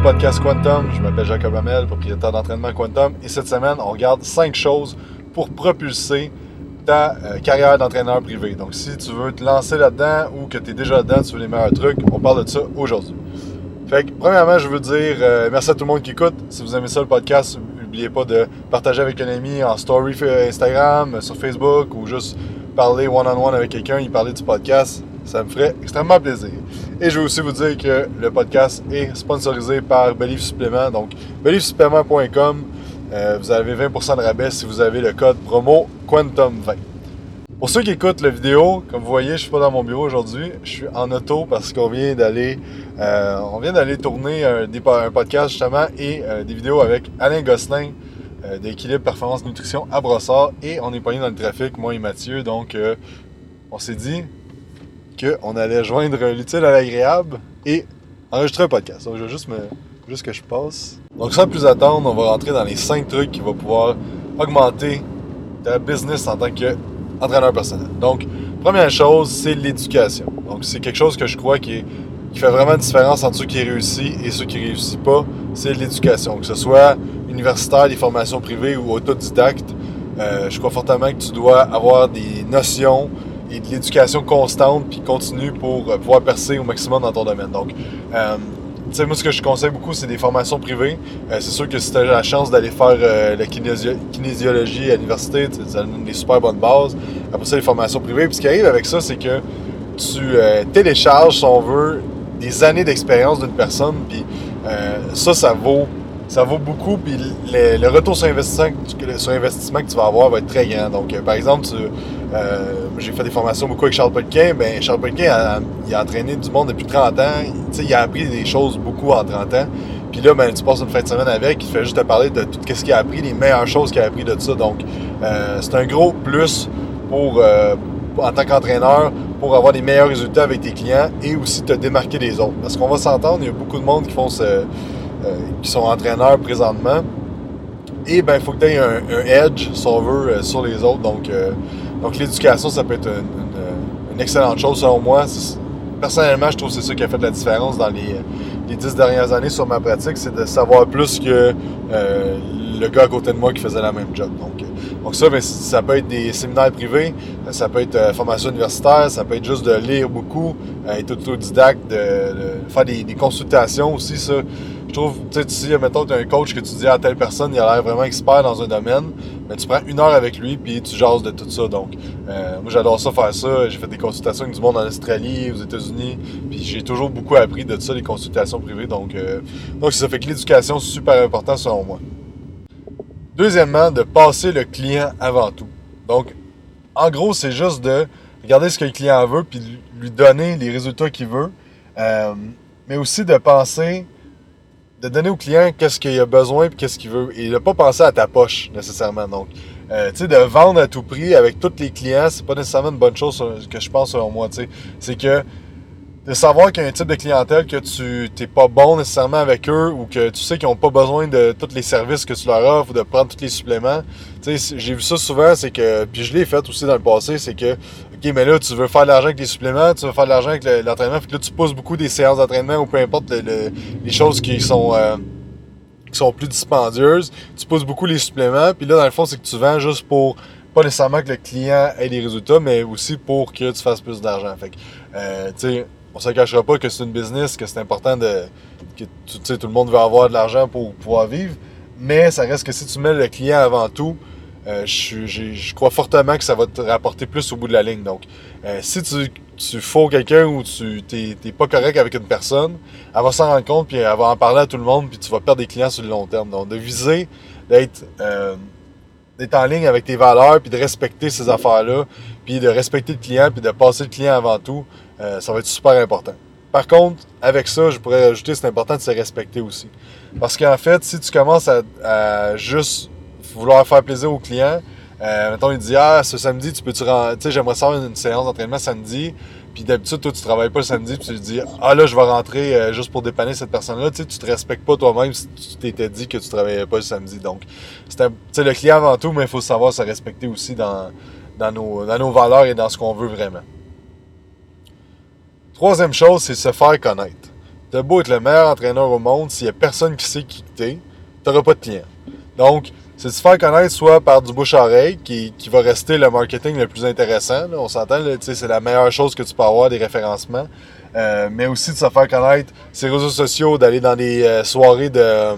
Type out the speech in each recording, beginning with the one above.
podcast Quantum. Je m'appelle Jacob Hamel, propriétaire d'entraînement Quantum. Et cette semaine, on regarde 5 choses pour propulser ta carrière d'entraîneur privé. Donc, si tu veux te lancer là-dedans ou que tu es déjà dedans, tu veux les meilleurs trucs, on parle de ça aujourd'hui. Fait que, premièrement, je veux dire merci à tout le monde qui écoute. Si vous aimez ça, le podcast, n'oubliez pas de partager avec un ami en story Instagram, sur Facebook ou juste parler one-on-one avec quelqu'un, y parler du podcast. Ça me ferait extrêmement plaisir. Et je veux aussi vous dire que le podcast est sponsorisé par Believe Supplément. Donc, believesupplément.com. Vous avez 20% de rabais si vous avez le code promo Quantum20. Pour ceux qui écoutent la vidéo, comme vous voyez, je suis pas dans mon bureau aujourd'hui. Je suis en auto parce qu'on vient d'aller tourner un podcast justement et des vidéos avec Alain Gosselin d'Équilibre Performance Nutrition à Brossard. Et on est pogné dans le trafic, moi et Mathieu. Donc, on s'est dit qu'on allait joindre l'utile à l'agréable et enregistrer un podcast. Donc, je vais juste que je passe. Donc, sans plus attendre, on va rentrer dans les 5 trucs qui vont pouvoir augmenter ta business en tant qu'entraîneur personnel. Donc, première chose, c'est l'éducation. Donc, c'est quelque chose que je crois qui fait vraiment une différence entre ceux qui réussissent et ceux qui ne réussissent pas. C'est l'éducation. Que ce soit universitaire, des formations privées ou autodidacte, je crois fortement que tu dois avoir des notions et de l'éducation constante puis continue pour pouvoir percer au maximum dans ton domaine. Donc, tu sais, moi, ce que je conseille beaucoup, c'est des formations privées. C'est sûr que si tu as la chance d'aller faire la kinésiologie à l'université, ça donne des super bonnes bases. Après ça, les formations privées. Puis ce qui arrive avec ça, c'est que tu télécharges, si on veut, des années d'expérience d'une personne. Puis ça vaut beaucoup. Puis le retour sur investissement que tu vas avoir va être très grand. Donc, par exemple, j'ai fait des formations beaucoup avec Charles Poliquin. Ben, Charles Poliquin, il a entraîné du monde depuis 30 ans. Il a appris des choses beaucoup en 30 ans. Puis là, ben, tu passes une fin de semaine avec, il fait juste te parler de tout ce qu'il a appris, les meilleures choses qu'il a appris de ça. Donc, c'est un gros plus en tant qu'entraîneur pour avoir des meilleurs résultats avec tes clients et aussi te démarquer des autres. Parce qu'on va s'entendre, il y a beaucoup de monde qui sont entraîneurs présentement. Et ben, il faut que tu aies un edge, si on veut, sur les autres. Donc l'éducation, ça peut être une excellente chose selon moi. Personnellement, je trouve que c'est ça qui a fait la différence dans les 10 dernières années sur ma pratique, c'est de savoir plus que le gars à côté de moi qui faisait la même job. Donc ça, ben, ça peut être des séminaires privés, ça peut être formation universitaire, ça peut être juste de lire beaucoup, être autodidacte, de faire des consultations aussi, ça. Je trouve, tu sais, si, mettons, tu as un coach que tu dis à telle personne, il a l'air vraiment expert dans un domaine, ben, tu prends 1 heure avec lui, puis tu jases de tout ça. Donc, moi, j'adore ça, faire ça. J'ai fait des consultations avec du monde en Australie, aux États-Unis, puis j'ai toujours beaucoup appris de ça, les consultations privées. Donc ça fait que l'éducation, c'est super important selon moi. Deuxièmement, de passer le client avant tout. Donc, en gros, c'est juste de regarder ce que le client veut, puis lui donner les résultats qu'il veut, mais aussi de penser, de donner au client qu'est-ce qu'il a besoin et qu'est-ce qu'il veut. Et de ne pas penser à ta poche, nécessairement. Donc, tu sais, de vendre à tout prix avec tous les clients, c'est pas nécessairement une bonne chose que je pense selon moi, tu sais. C'est que de savoir qu'il y a un type de clientèle que tu n'es pas bon nécessairement avec eux ou que tu sais qu'ils n'ont pas besoin de tous les services que tu leur offres ou de prendre tous les suppléments. Tu sais, j'ai vu ça souvent, c'est que, puis je l'ai fait aussi dans le passé, c'est que, OK, mais là, tu veux faire de l'argent avec les suppléments, tu veux faire de l'argent avec l'entraînement, puis là, tu pousses beaucoup des séances d'entraînement ou peu importe les choses qui sont plus dispendieuses. Tu pousses beaucoup les suppléments, puis là, dans le fond, c'est que tu vends juste pour pas nécessairement que le client ait des résultats, mais aussi pour que tu fasses plus d'argent. Fait que, tu sais, on ne se cachera pas que c'est une business, que c'est important que tout le monde veut avoir de l'argent pour pouvoir vivre, mais ça reste que si tu mets le client avant tout, je crois fortement que ça va te rapporter plus au bout de la ligne. Donc, si tu fous quelqu'un ou tu t'es pas correct avec une personne, elle va s'en rendre compte, puis elle va en parler à tout le monde, puis tu vas perdre des clients sur le long terme. Donc, de viser d'être en ligne avec tes valeurs, puis de respecter ces affaires-là, puis de respecter le client, puis de passer le client avant tout, ça va être super important. Par contre, avec ça, je pourrais ajouter c'est important de se respecter aussi. Parce qu'en fait, si tu commences à juste vouloir faire plaisir au client, mettons, il dit « Ah, ce samedi, tu sais, j'aimerais savoir une séance d'entraînement samedi. » Puis d'habitude, toi, tu travailles pas le samedi, puis tu lui dis « Ah, là, je vais rentrer juste pour dépanner cette personne-là. » Tu sais, tu te respectes pas toi-même si tu t'étais dit que tu travaillais pas le samedi. Donc, c'est le client avant tout, mais il faut savoir se respecter aussi dans nos valeurs et dans ce qu'on veut vraiment. Troisième chose, c'est se faire connaître. t'as beau être le meilleur entraîneur au monde, s'il y a personne qui sait qui t'es, t'auras pas de clients. Donc, c'est de se faire connaître soit par du bouche-à-oreille, qui va rester le marketing le plus intéressant. Là, on s'entend, là, c'est la meilleure chose que tu peux avoir, des référencements. Mais aussi de se faire connaître ses réseaux sociaux, d'aller dans des soirées de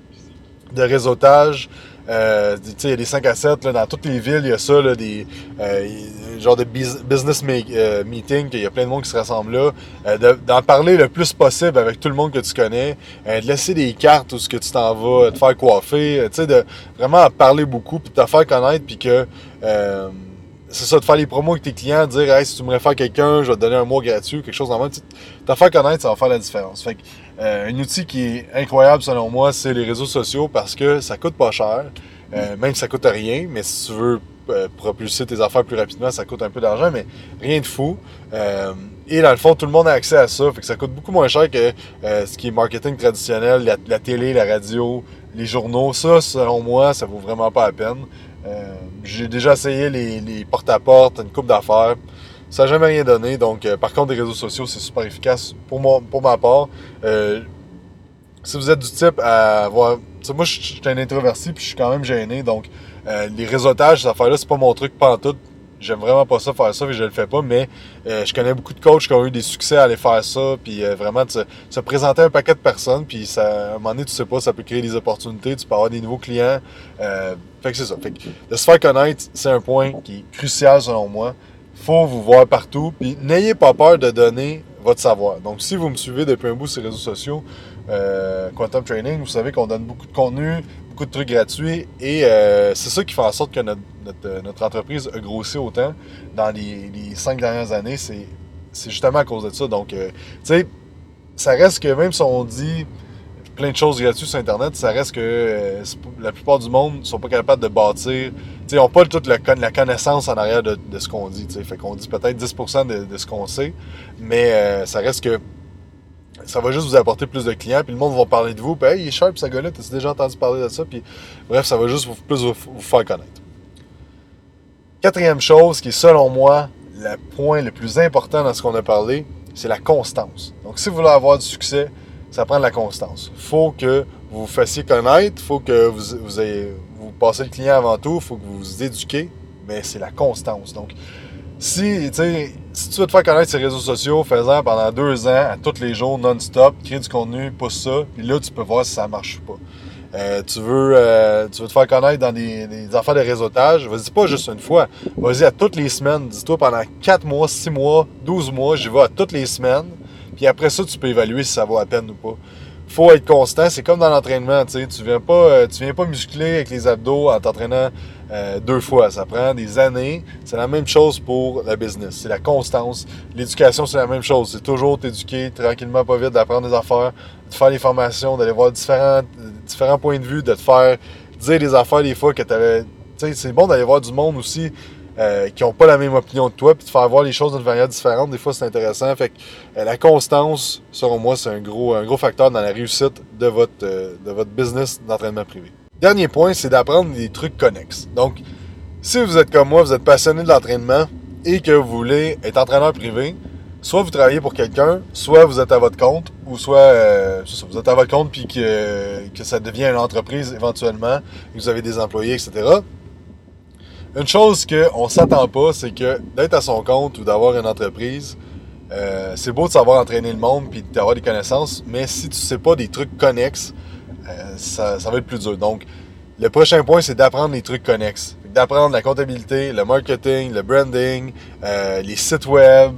réseautage. Il y a des 5 à 7, là, dans toutes les villes, il y a ça, là, des genre de business meeting, qu'il y a plein de monde qui se rassemble là. D'en parler le plus possible avec tout le monde que tu connais, de laisser des cartes où ce que tu t'en vas te faire coiffer, de vraiment en parler beaucoup, puis de te faire connaître, puis que c'est ça, de faire les promos avec tes clients, de dire hey, si tu me réfères quelqu'un, je vais te donner un mois gratuit, quelque chose dans le même. Te faire connaître, ça va faire la différence. Fait que, un outil qui est incroyable selon moi, c'est les réseaux sociaux parce que ça coûte pas cher, même si ça coûte rien, mais si tu veux propulser tes affaires plus rapidement, ça coûte un peu d'argent, mais rien de fou. Et dans le fond, tout le monde a accès à ça, fait que ça coûte beaucoup moins cher que ce qui est marketing traditionnel, la télé, la radio, les journaux. Ça, selon moi, ça vaut vraiment pas la peine. J'ai déjà essayé les porte-à-porte, une couple d'affaires. Ça n'a jamais rien donné. Donc, par contre, les réseaux sociaux, c'est super efficace pour ma part. Si vous êtes du type à avoir... moi, je suis un introverti puis je suis quand même gêné. Donc, les réseautages, ces affaires-là, c'est pas mon truc pantoute. J'aime vraiment pas ça, faire ça, et je le fais pas. Mais je connais beaucoup de coachs qui ont eu des succès à aller faire ça. Puis vraiment, se présenter à un paquet de personnes. Puis ça, à un moment donné, tu sais pas, ça peut créer des opportunités. Tu peux avoir des nouveaux clients. Fait que c'est ça. Fait que de se faire connaître, c'est un point qui est crucial selon moi. Faut vous voir partout, puis n'ayez pas peur de donner votre savoir. Donc, si vous me suivez depuis un bout sur les réseaux sociaux, Quantum Training, vous savez qu'on donne beaucoup de contenu, beaucoup de trucs gratuits, et c'est ça qui fait en sorte que notre entreprise a grossi autant dans les 5 dernières années. C'est justement à cause de ça. Donc, tu sais, ça reste que même si on dit plein de choses gratuites sur Internet, ça reste que la plupart du monde ne sont pas capables de bâtir. Ils n'ont pas toute la connaissance en arrière de ce qu'on dit. T'sais. Fait qu'on dit peut-être 10% de ce qu'on sait, mais ça reste que ça va juste vous apporter plus de clients, puis le monde va parler de vous, puis hey, il est cher, puis ce gars-là, t'as déjà entendu parler de ça, puis bref, ça va juste vous faire connaître. Quatrième chose, qui est selon moi le point le plus important dans ce qu'on a parlé, c'est la constance. Donc si vous voulez avoir du succès, ça prend de la constance. Il faut que vous vous fassiez connaître, il faut que vous passez le client avant tout, il faut que vous vous éduquez, mais c'est la constance. Donc, si tu veux te faire connaître ces réseaux sociaux, fais-en pendant 2 ans, à tous les jours, non-stop, crée du contenu, pousse ça, puis là, tu peux voir si ça marche ou pas. Tu veux te faire connaître dans des affaires de réseautage, vas-y pas juste une fois, vas-y à toutes les semaines, dis-toi pendant 4 mois, 6 mois, 12 mois, j'y vais à toutes les semaines. Puis après ça, tu peux évaluer si ça vaut la peine ou pas. Faut être constant. C'est comme dans l'entraînement. Tu viens pas muscler avec les abdos en t'entraînant 2 fois. Ça prend des années. C'est la même chose pour le business. C'est la constance. L'éducation, c'est la même chose. C'est toujours t'éduquer tranquillement, pas vite, d'apprendre des affaires, de faire des formations, d'aller voir différents points de vue, de te faire dire des affaires des fois que t'avais... C'est bon d'aller voir du monde aussi qui n'ont pas la même opinion que toi, puis de faire voir les choses d'une manière différente, des fois c'est intéressant. Fait que la constance, selon moi, c'est un gros facteur dans la réussite de votre business d'entraînement privé. Dernier point, c'est d'apprendre des trucs connexes. Donc, si vous êtes comme moi, vous êtes passionné de l'entraînement et que vous voulez être entraîneur privé, soit vous travaillez pour quelqu'un, soit vous êtes à votre compte, ou soit vous êtes à votre compte puis que ça devient une entreprise éventuellement, et que vous avez des employés, etc. Une chose qu'on ne s'attend pas, c'est que d'être à son compte ou d'avoir une entreprise, c'est beau de savoir entraîner le monde puis d'avoir des connaissances, mais si tu ne sais pas des trucs connexes, ça va être plus dur. Donc, le prochain point, c'est d'apprendre les trucs connexes. D'apprendre la comptabilité, le marketing, le branding, les sites web,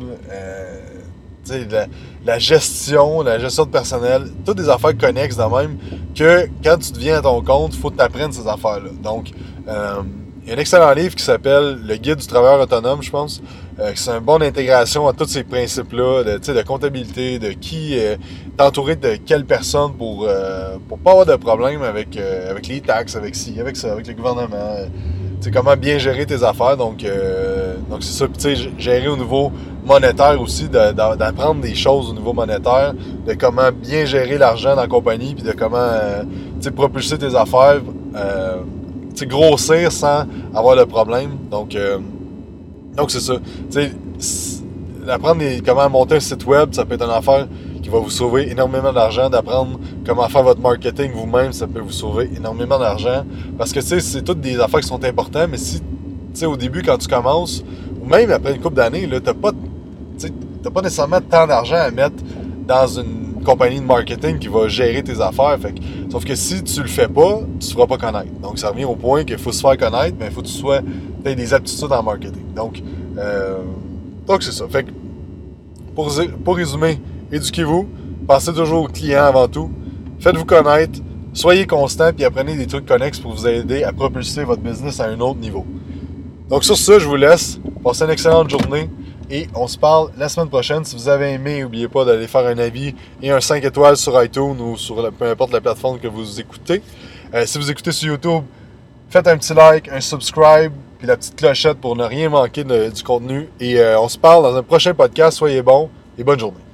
la gestion de personnel, toutes des affaires connexes de même que quand tu deviens à ton compte, il faut que tu apprennes ces affaires-là. Donc, il y a un excellent livre qui s'appelle « Le guide du travailleur autonome », je pense. C'est une bonne intégration à tous ces principes-là, de comptabilité, de qui t'entourer de quelle personne pour pas avoir de problème avec les taxes, avec ci, avec ça, avec le gouvernement. Comment bien gérer tes affaires. Donc c'est ça. Puis gérer au niveau monétaire aussi, d'apprendre des choses au niveau monétaire, de comment bien gérer l'argent dans la compagnie, puis de comment propulser tes affaires. Grossir sans avoir de problème. Donc c'est ça. Apprendre comment monter un site web, ça peut être une affaire qui va vous sauver énormément d'argent. D'apprendre comment faire votre marketing vous-même, ça peut vous sauver énormément d'argent. Parce que, tu sais, c'est toutes des affaires qui sont importantes, mais si, tu sais, au début, quand tu commences, ou même après une couple d'années, là, t'as pas nécessairement tant d'argent à mettre dans une compagnie de marketing qui va gérer tes affaires. Sauf que si tu le fais pas, tu te feras pas connaître. Donc, ça revient au point qu'il faut se faire connaître, mais il faut que tu aies des aptitudes en marketing. Donc c'est ça. Fait que, pour résumer, éduquez-vous, pensez toujours aux clients avant tout, faites-vous connaître, soyez constant, puis apprenez des trucs connexes pour vous aider à propulser votre business à un autre niveau. Donc sur ça, je vous laisse. Passez une excellente journée et on se parle la semaine prochaine. Si vous avez aimé, n'oubliez pas d'aller faire un avis et un 5 étoiles sur iTunes ou sur peu importe la plateforme que vous écoutez. Si vous écoutez sur YouTube, faites un petit like, un subscribe, puis la petite clochette pour ne rien manquer du contenu. Et on se parle dans un prochain podcast. Soyez bons et bonne journée.